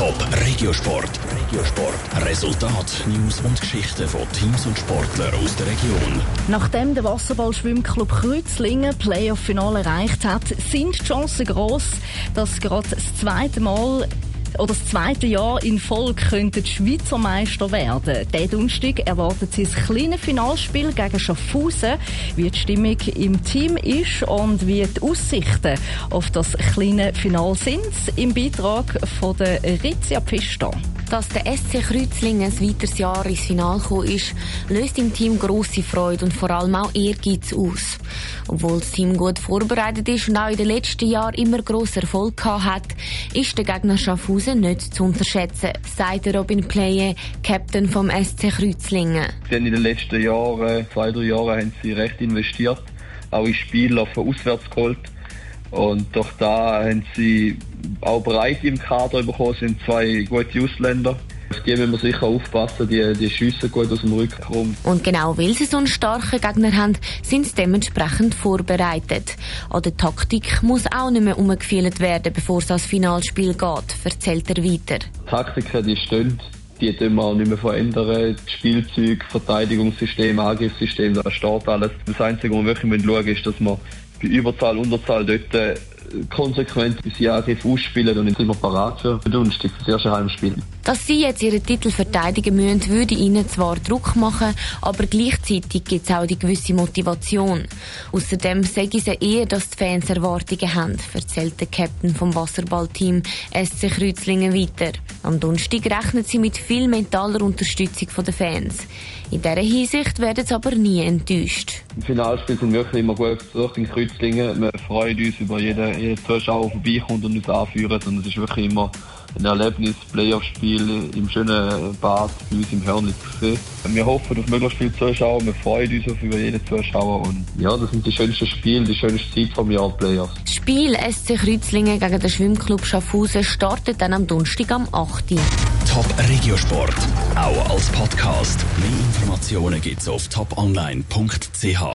Top Regiosport. Resultat, News und Geschichten von Teams und Sportlern aus der Region. Nachdem der Wasserballschwimmclub Kreuzlingen Playoff-Finale erreicht hat, sind die Chancen gross, dass gerade das zweite Jahr in Folge könnten die Schweizer Meister werden. Diesen Donnerstag erwartet sie ein kleines Finalspiel gegen Schaffhausen. Wie die Stimmung im Team ist und wie die Aussichten auf das kleine Finale sind, im Beitrag von der Rizia Pfister. Dass der SC Kreuzlingen ein weiteres Jahr ins Finale gekommen ist, löst im Team grosse Freude und vor allem auch Ehrgeiz aus. Obwohl das Team gut vorbereitet ist und auch in den letzten Jahren immer grossen Erfolg gehabt hat, ist der Gegner Schaffhausen nicht zu unterschätzen, sagt Robin Pleje, Captain vom SC Kreuzlingen. In den letzten Jahren, 2-3 Jahren, haben sie recht investiert, auch in Spiele von auswärts geholt. Und durch da haben sie auch Breite im Kader bekommen, sind 2 gute Ausländer. Auf die müssen wir sicher aufpassen, die schiessen gut aus dem Rückraum. Und genau weil sie so einen starken Gegner haben, sind sie dementsprechend vorbereitet. An der Taktik muss auch nicht mehr umgefeilt werden, bevor es ans Finalspiel geht, erzählt er weiter. Die Taktiken, die stehen, die können wir auch nicht mehr verändern. Die Spielzeuge, Verteidigungssystem, Angriffssystem, da steht alles. Das Einzige, was wir wirklich schauen müssen, ist, dass wir bei Überzahl, Unterzahl dort konsequent unsere Angriffe ausspielen und dann sind wir parat für Donnerstag, das erste Heimspiel. Dass sie jetzt ihren Titel verteidigen müssen, würde ihnen zwar Druck machen, aber gleichzeitig gibt es auch die gewisse Motivation. Außerdem sagen sie eher, dass die Fans Erwartungen haben, erzählt der Captain vom Wasserballteam SC Kreuzlingen weiter. Am Donnerstag rechnen sie mit viel mentaler Unterstützung der Fans. In dieser Hinsicht werden sie aber nie enttäuscht. Im Finalspiel sind wir wirklich immer gut besucht in Kreuzlingen. Wir freuen uns über jeden Zuschauer, der vorbeikommt und uns anführt. Und es ist wirklich immer ein Erlebnis, Playoff-Spiel im schönen Bad bei uns im Hörnli zu sehen. Wir hoffen auf möglichst viele Zuschauer, wir freuen uns auf über jeden Zuschauer. Und ja, das sind die schönsten Spiele, die schönste Zeit vom Jahr Playoffs. Das Spiel SC Kreuzlingen gegen den Schwimmclub Schaffhausen startet dann am Donnerstag am 8. Top Regiosport, auch als Podcast. Mehr Informationen gibt's auf toponline.ch.